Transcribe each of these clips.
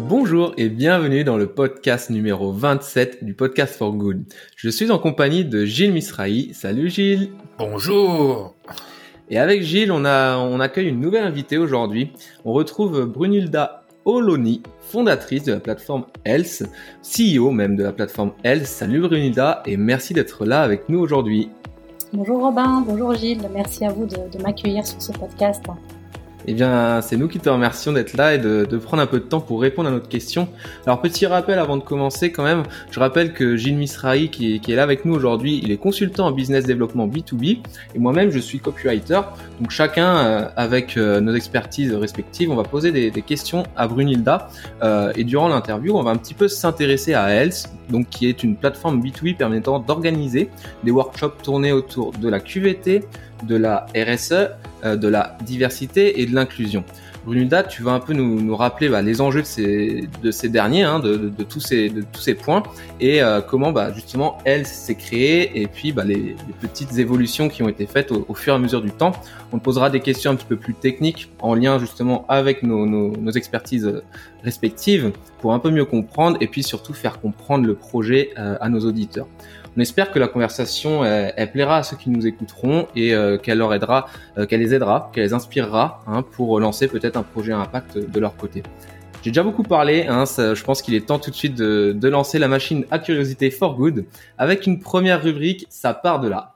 Bonjour et bienvenue dans le podcast numéro 27 du Podcast for Good. Je suis en compagnie de Gilles Misrahi. Salut Gilles. Bonjour. Et avec Gilles, on accueille une nouvelle invitée aujourd'hui. On retrouve Brunilda Oloni, fondatrice de la plateforme Else, CEO même de la plateforme Else. Salut Brunilda et merci d'être là avec nous aujourd'hui. Bonjour Robin, bonjour Gilles, merci à vous de m'accueillir sur ce podcast. Eh bien, c'est nous qui te remercions d'être là et de prendre un peu de temps pour répondre à notre question. Alors, petit rappel avant de commencer quand même, je rappelle que Gilles Misrahi, qui est là avec nous aujourd'hui, il est consultant en business développement B2B et moi-même, je suis copywriter. Donc, chacun, avec nos expertises respectives, on va poser des questions à Brunilda et durant l'interview, on va un petit peu s'intéresser à Else, donc qui est une plateforme B2B permettant d'organiser des workshops tournés autour de la QVT, de la RSE, de la diversité et de l'inclusion. Brunilda, tu vas un peu nous rappeler les enjeux de ces derniers, de tous ces points et comment justement elle s'est créée et puis les petites évolutions qui ont été faites au fur et à mesure du temps. On te posera des questions un petit peu plus techniques en lien justement avec nos expertises respectives pour un peu mieux comprendre et puis surtout faire comprendre le projet à nos auditeurs. On espère que la conversation elle plaira à ceux qui nous écouteront et qu'elle les aidera, qu'elle les inspirera pour lancer peut-être un projet à impact de leur côté. J'ai déjà beaucoup parlé, je pense qu'il est temps tout de suite de lancer la machine à curiosité for good avec une première rubrique, ça part de là.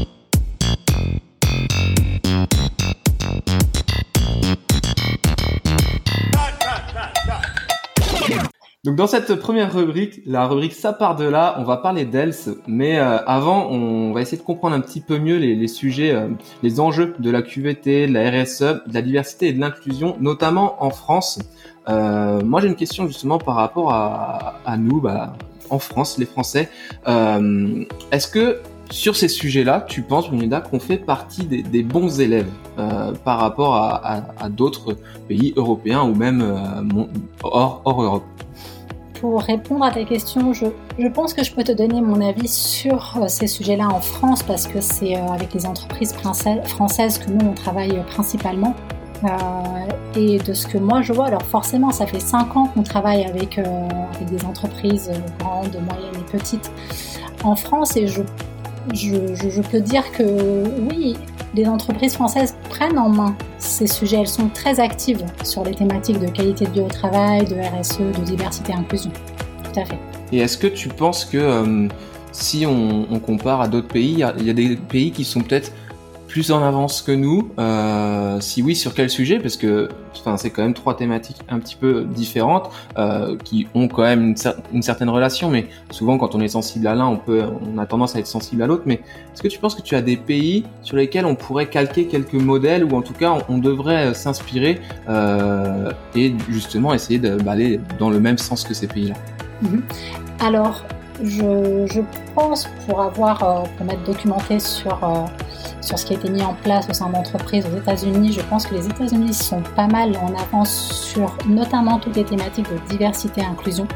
Donc dans cette première rubrique, la rubrique ça part de là, on va parler d'Else, mais avant on va essayer de comprendre un petit peu mieux les sujets, les enjeux de la QVT, de la RSE, de la diversité et de l'inclusion, notamment en France. Moi j'ai une question justement par rapport à nous, en France, les Français. Est-ce que sur ces sujets-là, tu penses, Brunilda, qu'on fait partie des bons élèves par rapport à d'autres pays européens ou même hors Europe? Pour répondre à ta question, je pense que je peux te donner mon avis sur ces sujets-là en France parce que c'est avec les entreprises françaises que nous on travaille principalement. Et de ce que moi je vois, alors forcément ça fait 5 ans qu'on travaille avec des entreprises grandes, moyennes et petites en France et je peux dire que oui, les entreprises françaises prennent en main ces sujets. Elles sont très actives sur les thématiques de qualité de vie au travail, de RSE, de diversité et inclusion. Tout à fait. Et est-ce que tu penses que si on compare à d'autres pays, il y a des pays qui sont peut-être plus en avance que nous? Si oui, sur quel sujet? Parce que c'est quand même 3 thématiques un petit peu différentes qui ont quand même une certaine relation, mais souvent quand on est sensible à l'un, on a tendance à être sensible à l'autre. Mais est-ce que tu penses que tu as des pays sur lesquels on pourrait calquer quelques modèles ou en tout cas on devrait s'inspirer et justement essayer d'aller dans le même sens que ces pays-là? Alors, je pense pour m'être documentée sur ce qui a été mis en place au sein d'entreprises aux États-Unis, je pense que les États-Unis sont pas mal en avance sur notamment toutes les thématiques de diversité et inclusion.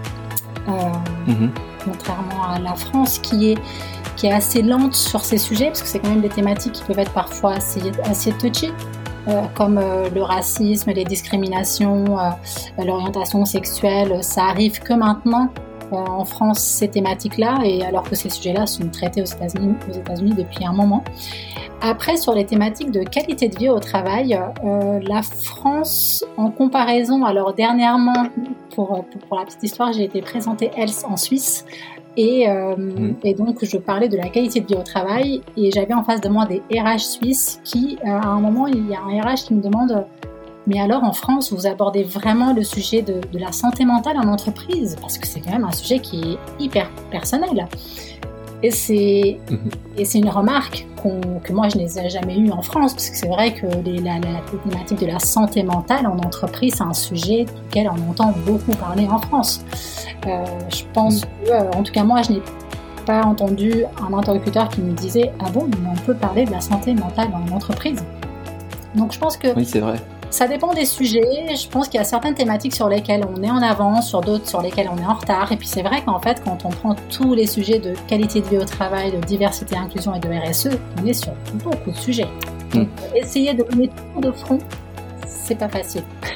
Contrairement à la France qui est assez lente sur ces sujets, parce que c'est quand même des thématiques qui peuvent être parfois assez touchy, comme le racisme, les discriminations, l'orientation sexuelle. Ça arrive que maintenant en France ces thématiques-là, et alors que ces sujets-là sont traités aux États-Unis depuis un moment. Après, sur les thématiques de qualité de vie au travail, la France, en comparaison, alors dernièrement, pour la petite histoire, j'ai été présenter Else en Suisse, et donc je parlais de la qualité de vie au travail, et j'avais en face de moi des RH suisses qui, à un moment, il y a un RH qui me demande: mais alors en France, vous abordez vraiment le sujet de la santé mentale en entreprise? Parce que c'est quand même un sujet qui est hyper personnel. Et c'est une remarque que moi je n'ai jamais eue en France, parce que c'est vrai que la thématique de la santé mentale en entreprise, c'est un sujet duquel on entend beaucoup parler en France. Je pense que, en tout cas moi, je n'ai pas entendu un interlocuteur qui me disait: ah bon, mais on peut parler de la santé mentale en entreprise. Donc je pense que oui, c'est vrai. Ça dépend des sujets. Je pense qu'il y a certaines thématiques sur lesquelles on est en avance, sur d'autres sur lesquelles on est en retard. Et puis c'est vrai qu'en fait, quand on prend tous les sujets de qualité de vie au travail, de diversité, inclusion et de RSE, on est sur beaucoup de sujets. Donc essayer de donner tout de front, c'est pas facile.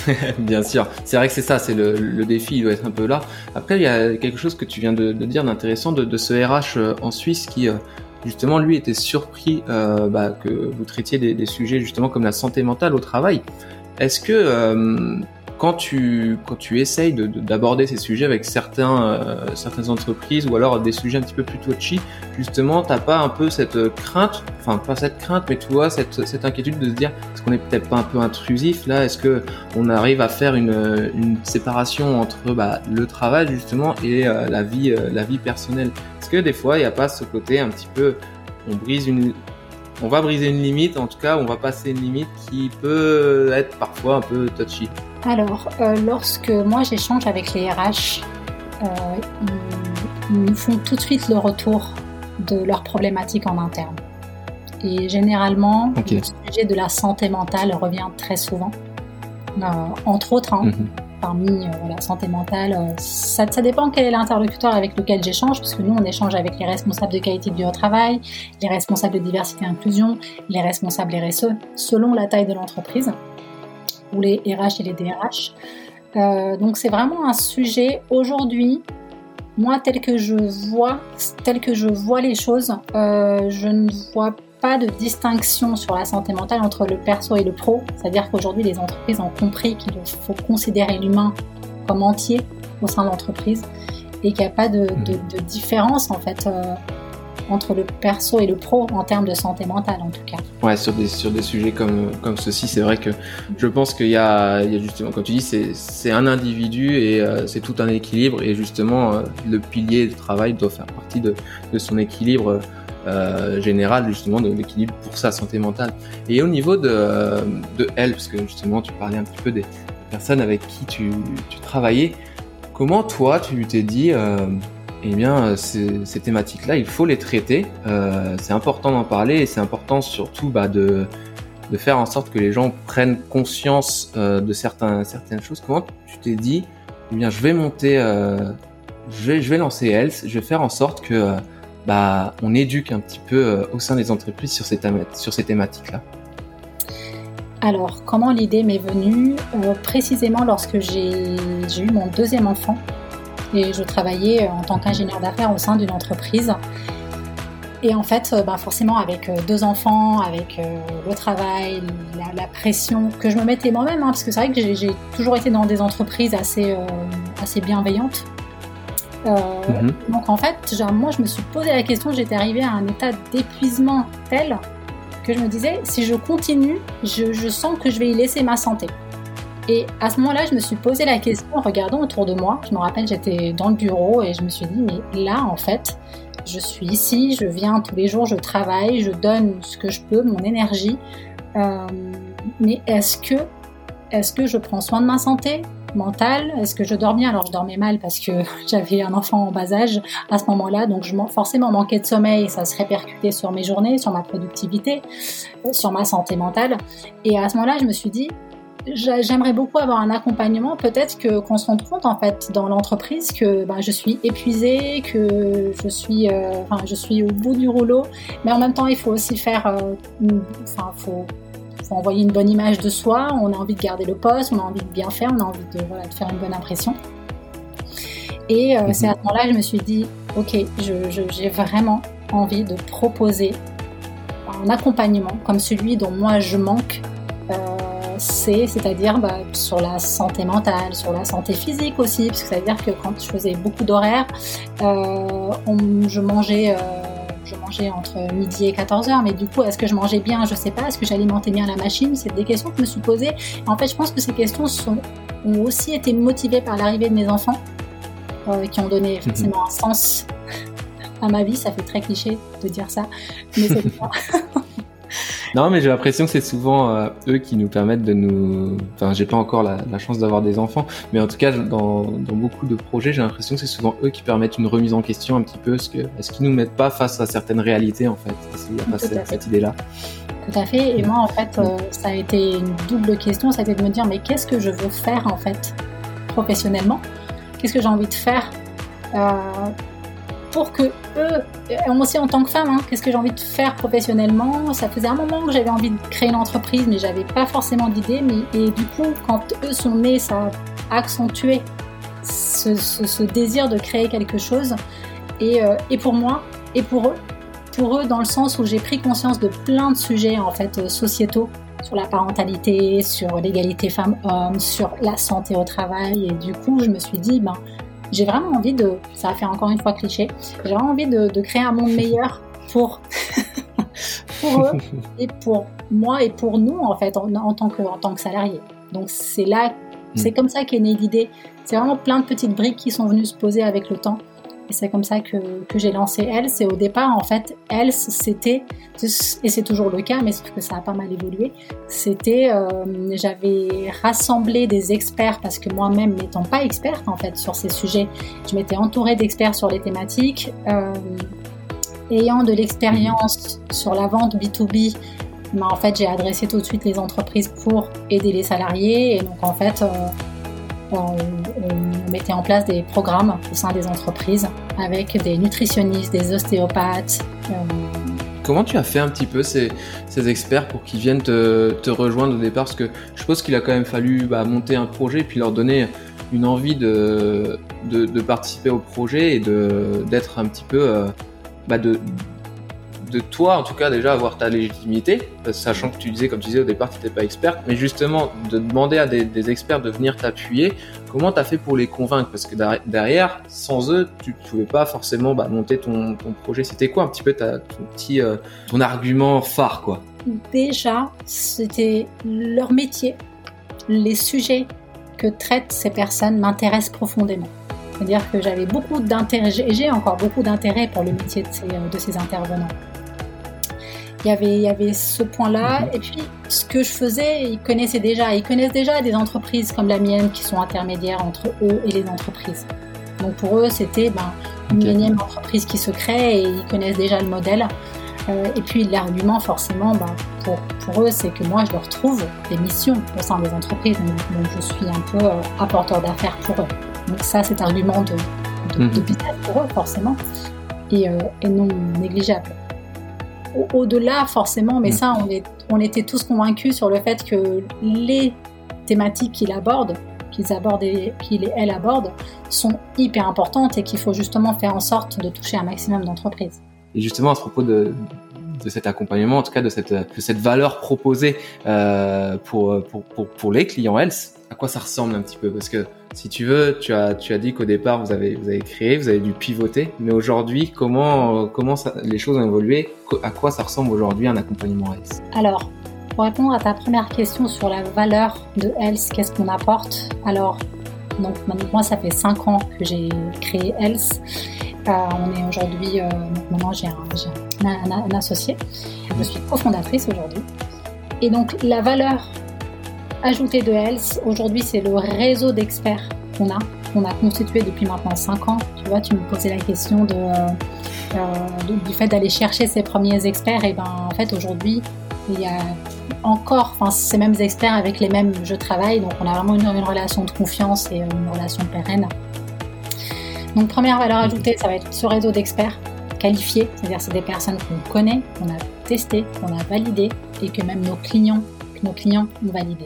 Bien sûr, c'est vrai que c'est ça, c'est le défi, il doit être un peu là. Après, il y a quelque chose que tu viens de dire d'intéressant de ce RH en Suisse qui, justement, lui était surpris que vous traitiez des sujets justement comme la santé mentale au travail. Est-ce que quand tu essayes d'aborder ces sujets avec certaines entreprises ou alors des sujets un petit peu plus touchy, justement, t'as pas un peu cette crainte, enfin pas cette crainte, mais tu vois cette inquiétude de se dire est-ce qu'on est peut-être pas un peu intrusif là, est-ce que on arrive à faire une séparation entre le travail justement et la vie personnelle. Est-ce que des fois il y a pas ce côté un petit peu on va briser une limite, en tout cas, on va passer une limite qui peut être parfois un peu touchy. Alors, lorsque moi j'échange avec les RH, ils nous font tout de suite le retour de leurs problématiques en interne. Et généralement, le sujet de la santé mentale revient très souvent. Entre autres, parmi la santé mentale, ça dépend quel est l'interlocuteur avec lequel j'échange, parce que nous on échange avec les responsables de qualité de vie au travail, les responsables de diversité et inclusion, les responsables RSE, selon la taille de l'entreprise, ou les RH et les DRH. Donc c'est vraiment un sujet aujourd'hui, moi tel que je vois les choses, je ne vois pas de distinction sur la santé mentale entre le perso et le pro, c'est-à-dire qu'aujourd'hui les entreprises ont compris qu'il faut considérer l'humain comme entier au sein de l'entreprise et qu'il n'y a pas de différence en fait entre le perso et le pro en termes de santé mentale en tout cas. Ouais, sur des sujets comme ceci, c'est vrai que je pense qu'il y a justement, comme tu dis, c'est un individu et c'est tout un équilibre et justement le pilier de travail doit faire partie de son équilibre général, justement, de l'équilibre pour sa santé mentale. Et au niveau de elle, parce que justement tu parlais un petit peu des personnes avec qui tu travaillais, comment toi tu t'es dit ces thématiques-là, il faut les traiter, c'est important d'en parler et c'est important surtout de faire en sorte que les gens prennent conscience de certaines choses. Comment tu t'es dit je vais monter, je vais lancer Health, je vais faire en sorte que on éduque un petit peu au sein des entreprises sur ces thématiques-là? Alors, comment l'idée m'est venue? Précisément lorsque j'ai eu mon deuxième enfant et je travaillais en tant qu'ingénieur d'affaires au sein d'une entreprise. Et en fait, forcément, avec deux enfants, avec le travail, la pression que je me mettais moi-même, parce que c'est vrai que j'ai toujours été dans des entreprises assez bienveillantes. Donc en fait, moi je me suis posé la question, j'étais arrivée à un état d'épuisement tel que je me disais, si je continue, je sens que je vais y laisser ma santé. Et à ce moment-là, je me suis posé la question en regardant autour de moi. Je me rappelle, j'étais dans le bureau et je me suis dit, mais là en fait, je suis ici, je viens tous les jours, je travaille, je donne ce que je peux, mon énergie. Mais est-ce que je prends soin de ma santé mentale? Est-ce que je dors bien? Alors je dormais mal parce que j'avais un enfant en bas âge à ce moment-là, donc je forcément manquais de sommeil, ça se répercutait sur mes journées, sur ma productivité, sur ma santé mentale. Et à ce moment-là, je me suis dit, j'aimerais beaucoup avoir un accompagnement, peut-être qu'on se rende compte en fait dans l'entreprise que je suis épuisée, que je suis au bout du rouleau, mais en même temps il faut aussi faire, faut envoyer une bonne image de soi, on a envie de garder le poste, on a envie de bien faire, on a envie de faire une bonne impression. Et c'est à ce moment-là que je me suis dit, ok, j'ai vraiment envie de proposer un accompagnement comme celui dont moi je manque, c'est-à-dire sur la santé mentale, sur la santé physique aussi, parce que ça veut dire que quand je faisais beaucoup d'horaires, je mangeais entre midi et 14h, mais du coup, est-ce que je mangeais bien? Je sais pas. Est-ce que j'alimentais bien la machine? C'est des questions que je me suis posées. Et en fait, je pense que ces questions ont aussi été motivées par l'arrivée de mes enfants, qui ont donné forcément un sens à ma vie. Ça fait très cliché de dire ça, mais c'est ça. Non, mais j'ai l'impression que c'est souvent eux qui nous permettent de nous... Enfin, j'ai pas encore la chance d'avoir des enfants, mais en tout cas, dans beaucoup de projets, j'ai l'impression que c'est souvent eux qui permettent une remise en question un petit peu, est-ce qu'ils nous mettent pas face à certaines réalités, en fait? Est-ce qu'il n'y a pas cette idée-là? Tout à fait. Et moi, en fait, ça a été une double question. Ça a été de me dire, mais qu'est-ce que je veux faire, en fait, professionnellement? Qu'est-ce que j'ai envie de faire pour que eux, moi aussi en tant que femme, qu'est-ce que j'ai envie de faire professionnellement? Ça faisait un moment que j'avais envie de créer une entreprise, mais j'avais pas forcément d'idée. Et du coup, quand eux sont nés, ça a accentué ce désir de créer quelque chose. Et pour moi, et pour eux, dans le sens où j'ai pris conscience de plein de sujets en fait sociétaux, sur la parentalité, sur l'égalité femmes-hommes, sur la santé au travail. Et du coup, je me suis dit, j'ai vraiment envie ça va faire encore une fois cliché, j'ai vraiment envie de créer un monde meilleur pour eux et pour moi et pour nous en fait en tant que salariés. Donc c'est comme ça qu'est née l'idée. C'est vraiment plein de petites briques qui sont venues se poser avec le temps. Et c'est comme ça que j'ai lancé Else. Et au départ, en fait, Else, c'était, et c'est toujours le cas, mais sauf que ça a pas mal évolué, c'était, j'avais rassemblé des experts, parce que moi-même, n'étant pas experte, en fait, sur ces sujets, je m'étais entourée d'experts sur les thématiques, ayant de l'expérience sur la vente B2B, en fait, j'ai adressé tout de suite les entreprises pour aider les salariés. Et donc, en fait, on mettait en place des programmes au sein des entreprises avec des nutritionnistes, des ostéopathes. Comment tu as fait un petit peu ces experts pour qu'ils viennent te rejoindre au départ? Parce que je suppose qu'il a quand même fallu monter un projet et puis leur donner une envie de participer au projet et d'être un petit peu de toi en tout cas déjà avoir ta légitimité, sachant que comme tu disais au départ tu n'étais pas experte, mais justement de demander à des experts de venir t'appuyer. Comment tu as fait pour les convaincre? Parce que derrière, sans eux, tu ne pouvais pas forcément monter ton projet. C'était quoi un petit peu ton argument phare, quoi? Déjà, c'était leur métier. Les sujets que traitent ces personnes m'intéressent profondément. C'est-à-dire que j'avais beaucoup d'intérêt, j'ai encore beaucoup d'intérêt pour le métier de ces intervenants. Il y avait ce point-là, et puis ce que je faisais, ils connaissent déjà des entreprises comme la mienne qui sont intermédiaires entre eux et les entreprises. Donc pour eux, c'était une énième entreprise qui se crée et ils connaissent déjà le modèle. Et puis l'argument forcément, pour eux, c'est que moi je leur trouve des missions au sein des entreprises, donc je suis un peu apporteur d'affaires pour eux. Donc ça, c'est un argument de business pour eux forcément, et non négligeable. Au-delà forcément, mais ça, on était tous convaincus sur le fait que les thématiques qu'ils abordent et elles abordent, sont hyper importantes et qu'il faut justement faire en sorte de toucher un maximum d'entreprises. Et justement, à ce propos de cet accompagnement, en tout cas de cette valeur proposée pour les clients Else, à quoi ça ressemble un petit peu? Parce que si tu veux, tu as dit qu'au départ vous avez créé, vous avez dû pivoter, mais aujourd'hui, comment les choses ont évolué? À quoi ça ressemble aujourd'hui un accompagnement Else? Alors, pour répondre à ta première question sur la valeur de Else, qu'est-ce qu'on apporte? Alors, donc moi ça fait 5 ans que j'ai créé Else. On est aujourd'hui, maintenant j'ai un associé. Je suis cofondatrice aujourd'hui. Et donc la valeur ajoutée de Else, aujourd'hui, c'est le réseau d'experts qu'on a constitué depuis maintenant 5 ans. Tu vois, tu me posais la question du fait d'aller chercher ces premiers experts. Et en fait, aujourd'hui, il y a encore, ces mêmes experts avec les mêmes je travaille. Donc, on a vraiment une relation de confiance et une relation pérenne. Donc, première valeur ajoutée, ça va être ce réseau d'experts qualifiés. C'est-à-dire, c'est des personnes qu'on connaît, qu'on a testées, qu'on a validées et que même nos clients ont validé.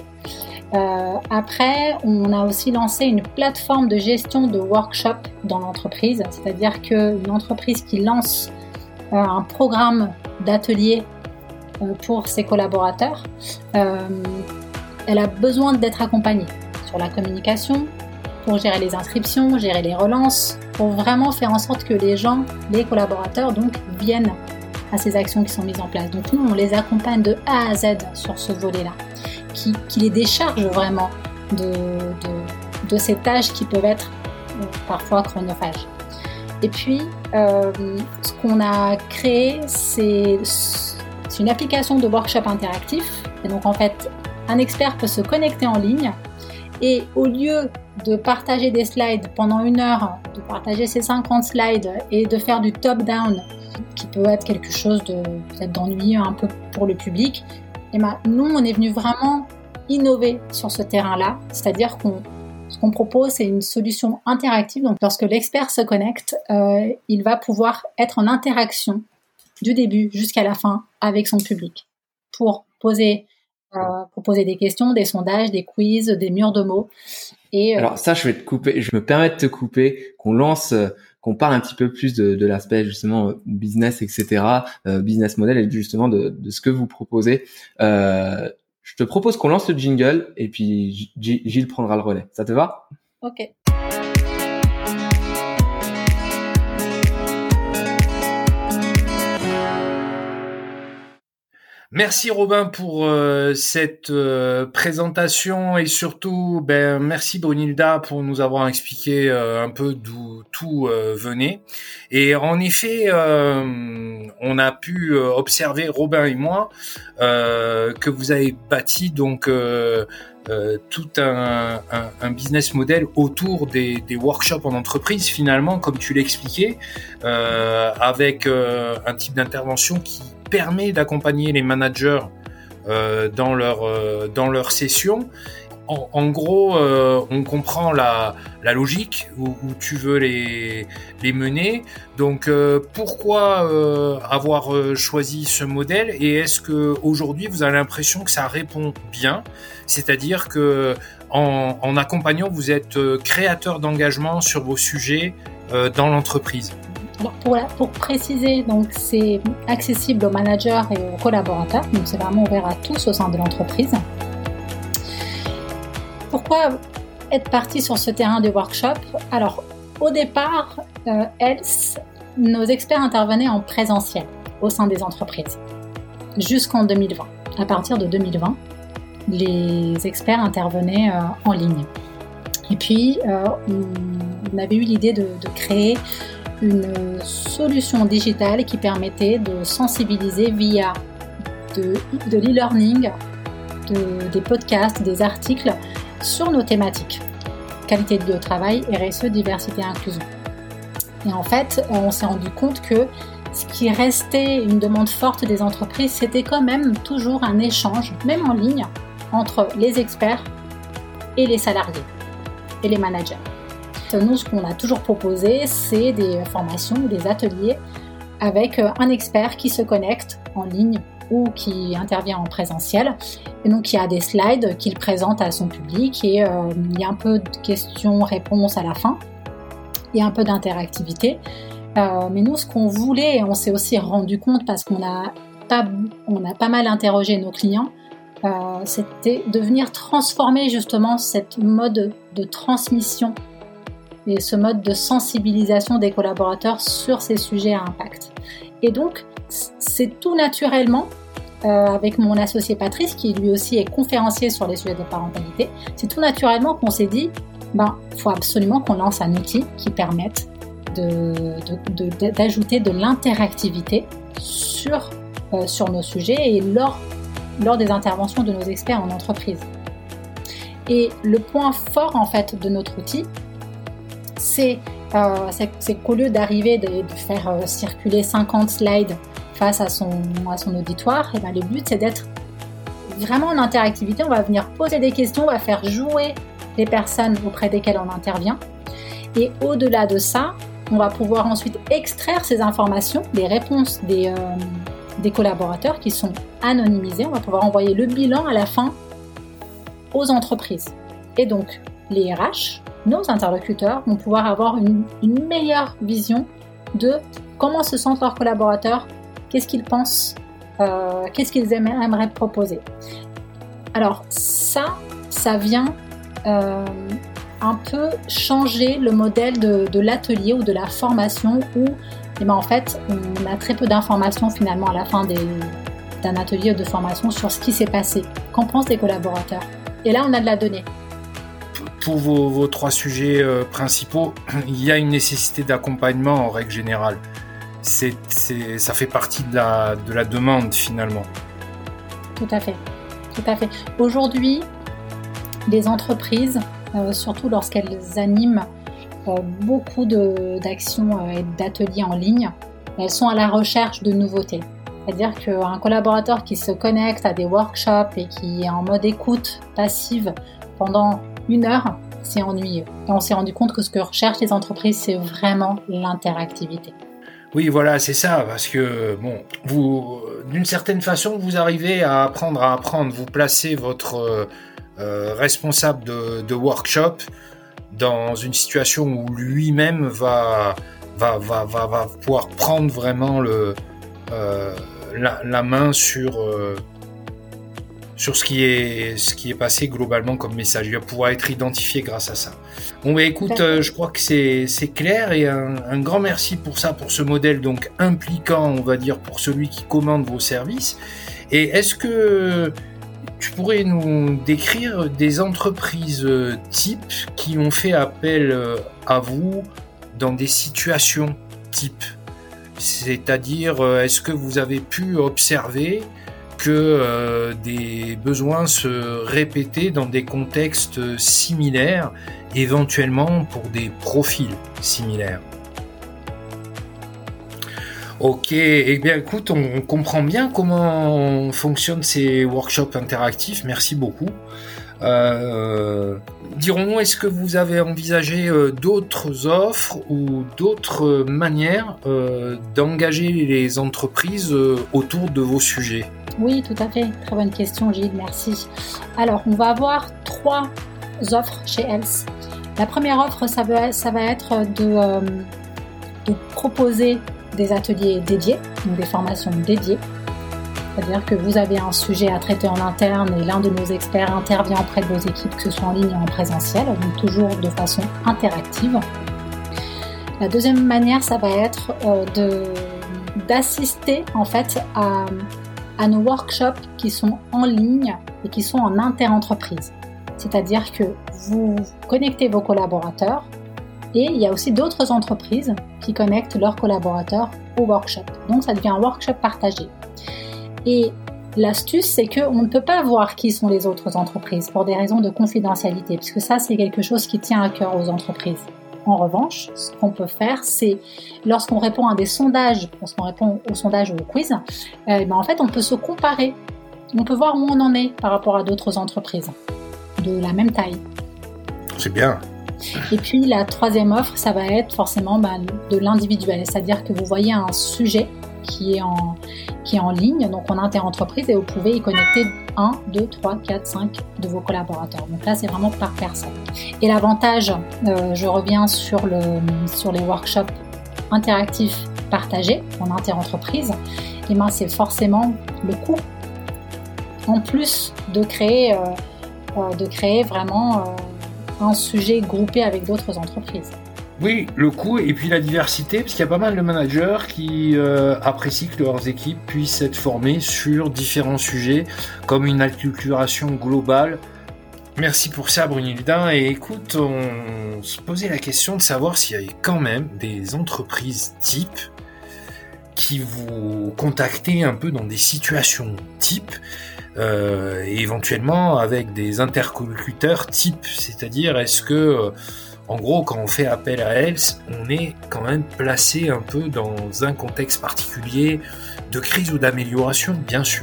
Après, on a aussi lancé une plateforme de gestion de workshop dans l'entreprise, c'est-à-dire qu'une entreprise qui lance un programme d'atelier pour ses collaborateurs, elle a besoin d'être accompagnée sur la communication, pour gérer les inscriptions, gérer les relances, pour vraiment faire en sorte que les collaborateurs donc viennent à ces actions qui sont mises en place. Donc nous, on les accompagne de A à Z sur ce volet-là, qui les décharge vraiment de ces tâches qui peuvent être parfois chronophages. Et puis, ce qu'on a créé, c'est une application de workshop interactif. Et donc en fait, un expert peut se connecter en ligne et au lieu de partager des slides pendant 1 heure, de partager ses 50 slides et de faire du top-down, qui peut être quelque chose peut-être d'ennuyeux un peu pour le public, et nous, on est venu vraiment innover sur ce terrain-là, c'est-à-dire qu'on Ce qu'on propose, c'est une solution interactive. Donc, lorsque l'expert se connecte, il va pouvoir être en interaction du début jusqu'à la fin avec son public pour poser des questions, des sondages, des quiz, des murs de mots. Et alors ça, je me permets de te couper, qu'on parle un petit peu plus de l'aspect justement business, etc., business model et justement de ce que vous proposez. Je te propose qu'on lance le jingle et puis Gilles prendra le relais. Ça te va ? Ok. Merci Robin pour cette présentation et surtout merci Brunilda pour nous avoir expliqué un peu d'où tout venait. Et en effet, on a pu observer, Robin et moi, que vous avez bâti donc tout un business model autour des workshops en entreprise finalement, comme tu l'expliquais, avec un type d'intervention qui permet d'accompagner les managers dans leur session. En gros, on comprend la logique où tu veux les mener. Donc, pourquoi avoir choisi ce modèle et est-ce que aujourd'hui vous avez l'impression que ça répond bien ? C'est-à-dire que en accompagnant, vous êtes créateur d'engagement sur vos sujets dans l'entreprise. Alors pour préciser, donc c'est accessible aux managers et aux collaborateurs, donc c'est vraiment ouvert à tous au sein de l'entreprise. Pourquoi être parti sur ce terrain de workshop ? Alors au départ, nos experts intervenaient en présentiel au sein des entreprises jusqu'en 2020. À partir de 2020, les experts intervenaient en ligne. Et puis on avait eu l'idée de créer une solution digitale qui permettait de sensibiliser via de l'e-learning, des podcasts, des articles sur nos thématiques. Qualité de travail, RSE, diversité et inclusion. Et en fait, on s'est rendu compte que ce qui restait une demande forte des entreprises, c'était quand même toujours un échange, même en ligne, entre les experts et les salariés et les managers. Nous, ce qu'on a toujours proposé, c'est des formations ou des ateliers avec un expert qui se connecte en ligne ou qui intervient en présentiel. Et donc, il y a des slides qu'il présente à son public et il y a un peu de questions-réponses à la fin et un peu d'interactivité. Mais nous, ce qu'on voulait, et on s'est aussi rendu compte parce qu'on a pas mal interrogé nos clients, c'était de venir transformer justement cette mode de transmission et ce mode de sensibilisation des collaborateurs sur ces sujets à impact. Et donc, c'est tout naturellement, avec mon associé Patrice, qui lui aussi est conférencier sur les sujets de parentalité, c'est tout naturellement qu'on s'est dit, faut absolument qu'on lance un outil qui permette d'ajouter de l'interactivité sur nos sujets et lors des interventions de nos experts en entreprise. Et le point fort en fait de notre outil, c'est qu'au lieu d'arriver de faire circuler 50 slides face à son auditoire, et le but c'est d'être vraiment en interactivité. On va venir poser des questions, on va faire jouer les personnes auprès desquelles on intervient. Et au-delà de ça, on va pouvoir ensuite extraire ces informations, les réponses des collaborateurs qui sont anonymisées. On va pouvoir envoyer le bilan à la fin aux entreprises. Et donc, les RH, nos interlocuteurs, vont pouvoir avoir une meilleure vision de comment se sentent leurs collaborateurs, qu'est-ce qu'ils pensent, qu'est-ce qu'ils aimeraient proposer. Alors ça vient un peu changer le modèle de l'atelier ou de la formation où en fait on a très peu d'informations finalement à la fin d'un atelier ou de formation sur ce qui s'est passé, qu'en pensent les collaborateurs. Et là on a de la donnée. Pour vos trois sujets principaux, il y a une nécessité d'accompagnement en règle générale. Ça fait partie de la demande finalement. Tout à fait. Aujourd'hui, les entreprises, surtout lorsqu'elles animent beaucoup d'actions et d'ateliers en ligne, elles sont à la recherche de nouveautés. C'est-à-dire qu'un collaborateur qui se connecte à des workshops et qui est en mode écoute passive pendant 1 heure, c'est ennuyeux. Et on s'est rendu compte que ce que recherchent les entreprises, c'est vraiment l'interactivité. Oui, voilà, c'est ça, parce que, vous, d'une certaine façon, vous arrivez à apprendre. Vous placez votre responsable de workshop dans une situation où lui-même va pouvoir prendre vraiment la main sur ce qui est passé globalement comme message. Il va pouvoir être identifié grâce à ça. Bon, bah écoute, je crois que c'est clair, et un grand merci pour ça, pour ce modèle donc impliquant, on va dire, pour celui qui commande vos services. Et est-ce que tu pourrais nous décrire des entreprises types qui ont fait appel à vous dans des situations types? C'est-à-dire, est-ce que vous avez pu observer que des besoins se répétaient dans des contextes similaires, éventuellement pour des profils similaires? Ok, eh bien écoute, on comprend bien comment fonctionnent ces workshops interactifs, merci beaucoup. Dirons-nous, est-ce que vous avez envisagé d'autres offres ou d'autres manières d'engager les entreprises autour de vos sujets? Oui, tout à fait. Très bonne question, Gilles, merci. Alors, on va avoir 3 offres chez Else. La première offre, ça va être de proposer des ateliers dédiés, donc des formations dédiées. C'est-à-dire que vous avez un sujet à traiter en interne et l'un de nos experts intervient auprès de vos équipes, que ce soit en ligne ou en présentiel, donc toujours de façon interactive. La deuxième manière, ça va être d'assister en fait à nos workshops qui sont en ligne et qui sont en inter-entreprise. C'est-à-dire que vous connectez vos collaborateurs et il y a aussi d'autres entreprises qui connectent leurs collaborateurs au workshop. Donc ça devient un workshop partagé. Et l'astuce, c'est qu'on ne peut pas voir qui sont les autres entreprises pour des raisons de confidentialité, puisque ça, c'est quelque chose qui tient à cœur aux entreprises. En revanche, ce qu'on peut faire, c'est lorsqu'on répond à des sondages, lorsqu'on répond aux sondages ou au quiz, en fait, on peut se comparer. On peut voir où on en est par rapport à d'autres entreprises de la même taille. C'est bien. Et puis, la troisième offre, ça va être forcément de l'individuel, c'est-à-dire que vous voyez un sujet qui est en ligne, donc en inter-entreprise, et vous pouvez y connecter 1, 2, 3, 4, 5 de vos collaborateurs. Donc là, c'est vraiment par personne. Et l'avantage, je reviens sur les workshops interactifs partagés en inter-entreprise, c'est forcément le coût. En plus de créer vraiment un sujet groupé avec d'autres entreprises. Oui, le coût et puis la diversité, parce qu'il y a pas mal de managers qui apprécient que leurs équipes puissent être formées sur différents sujets, comme une acculturation globale. Merci pour ça, Brunilda. Et écoute, on se posait la question de savoir s'il y avait quand même des entreprises types qui vous contactaient un peu dans des situations types, et éventuellement avec des interlocuteurs types. C'est-à-dire, est-ce que... En gros, quand on fait appel à Else, on est quand même placé un peu dans un contexte particulier de crise ou d'amélioration, bien sûr.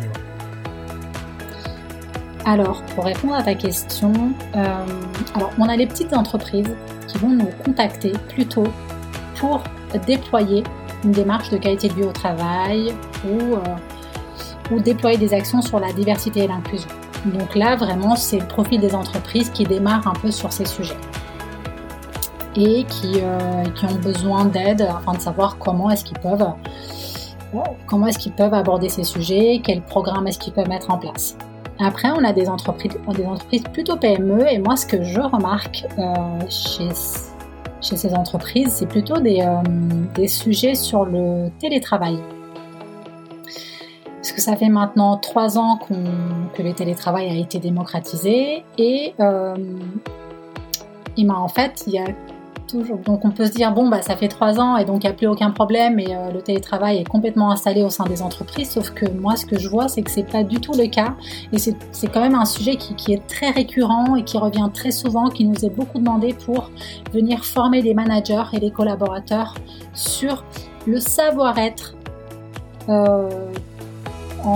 Alors, pour répondre à ta question, on a les petites entreprises qui vont nous contacter plutôt pour déployer une démarche de qualité de vie au travail ou déployer des actions sur la diversité et l'inclusion. Donc là, vraiment, c'est le profil des entreprises qui démarrent un peu sur ces sujets et qui ont besoin d'aide afin de savoir comment est-ce qu'ils peuvent aborder ces sujets, quels programmes est-ce qu'ils peuvent mettre en place. Après, on a des entreprises plutôt PME, et moi, ce que je remarque chez ces entreprises, c'est plutôt des sujets sur le télétravail. Parce que ça fait maintenant 3 ans que le télétravail a été démocratisé, et en fait, il y a toujours. Donc on peut se dire, ça fait 3 ans et donc il n'y a plus aucun problème et le télétravail est complètement installé au sein des entreprises, sauf que moi ce que je vois c'est que c'est pas du tout le cas, et c'est quand même un sujet qui est très récurrent et qui revient très souvent, qui nous est beaucoup demandé pour venir former les managers et les collaborateurs sur le savoir-être dans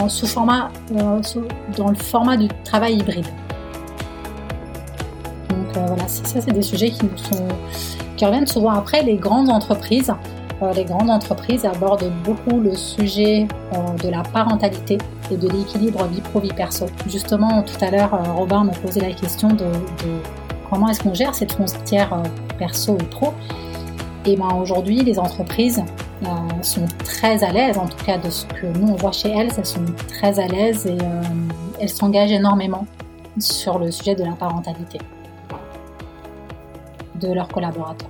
le format du travail hybride. Donc voilà, c'est des sujets qui reviennent souvent. Après, les grandes entreprises abordent beaucoup le sujet de la parentalité et de l'équilibre vie pro, vie perso. Justement, tout à l'heure, Robin me posait la question de comment est-ce qu'on gère cette frontière perso et pro. Et ben aujourd'hui, les entreprises sont très à l'aise, en tout cas de ce que nous on voit chez elles sont très à l'aise et elles s'engagent énormément sur le sujet de la parentalité de leurs collaborateurs.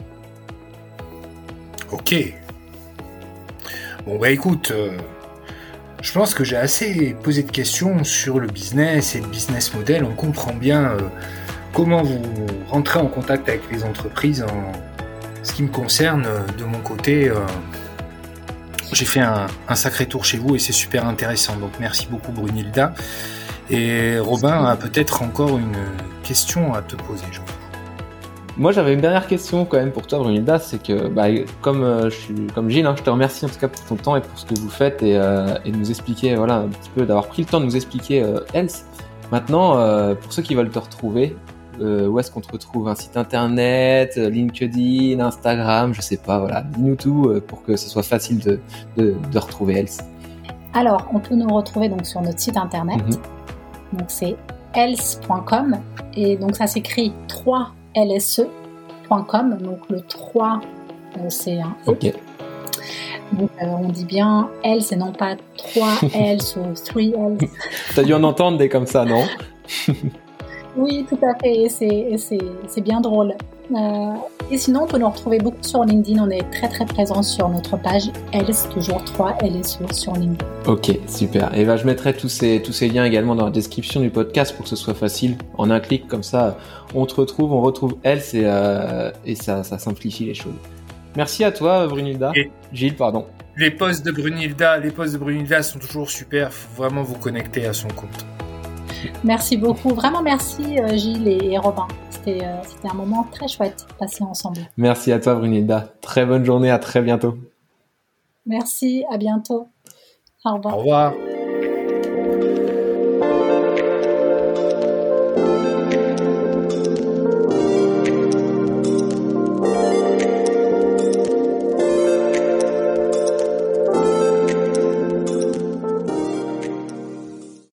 Ok. Bon bah écoute, je pense que j'ai assez posé de questions sur le business et le business model. On comprend bien comment vous rentrez en contact avec les entreprises. En ce qui me concerne, de mon côté, j'ai fait un sacré tour chez vous et c'est super intéressant. Donc merci beaucoup Brunilda. Et Robin a peut-être encore une question à te poser, je crois. Moi, j'avais une dernière question quand même pour toi, Brunilda, c'est que comme Gilles, je te remercie en tout cas pour ton temps et pour ce que vous faites et de nous expliquer, voilà, un petit peu, d'avoir pris le temps de nous expliquer Else. Maintenant, pour ceux qui veulent te retrouver, où est-ce qu'on te retrouve? Un site internet, LinkedIn, Instagram, je sais pas, voilà, dis-nous tout pour que ce soit facile de retrouver Else. Alors, on peut nous retrouver donc sur notre site internet, donc c'est else.com et donc ça s'écrit 3lse.com, donc le 3 c'est un E. Ok. Donc on dit bien else et non pas 3else ou 3else. T'as dû en entendre des comme ça, non? Oui, tout à fait, et c'est bien drôle. Et sinon, on peut nous retrouver beaucoup sur LinkedIn. On est très très présent sur notre page Else, toujours 3LSE sur LinkedIn. Ok, super. Et je mettrai tous ces liens également dans la description du podcast pour que ce soit facile. En un clic, comme ça, on retrouve Else et ça simplifie les choses. Merci à toi, Brunilda. Gilles, pardon. Les posts de Brunilda sont toujours super. Faut vraiment vous connecter à son compte. Merci beaucoup. Vraiment merci Gilles et Robin. C'était un moment très chouette passé ensemble. Merci à toi Brunilda. Très bonne journée, à très bientôt. Merci, à bientôt. Au revoir. Au revoir.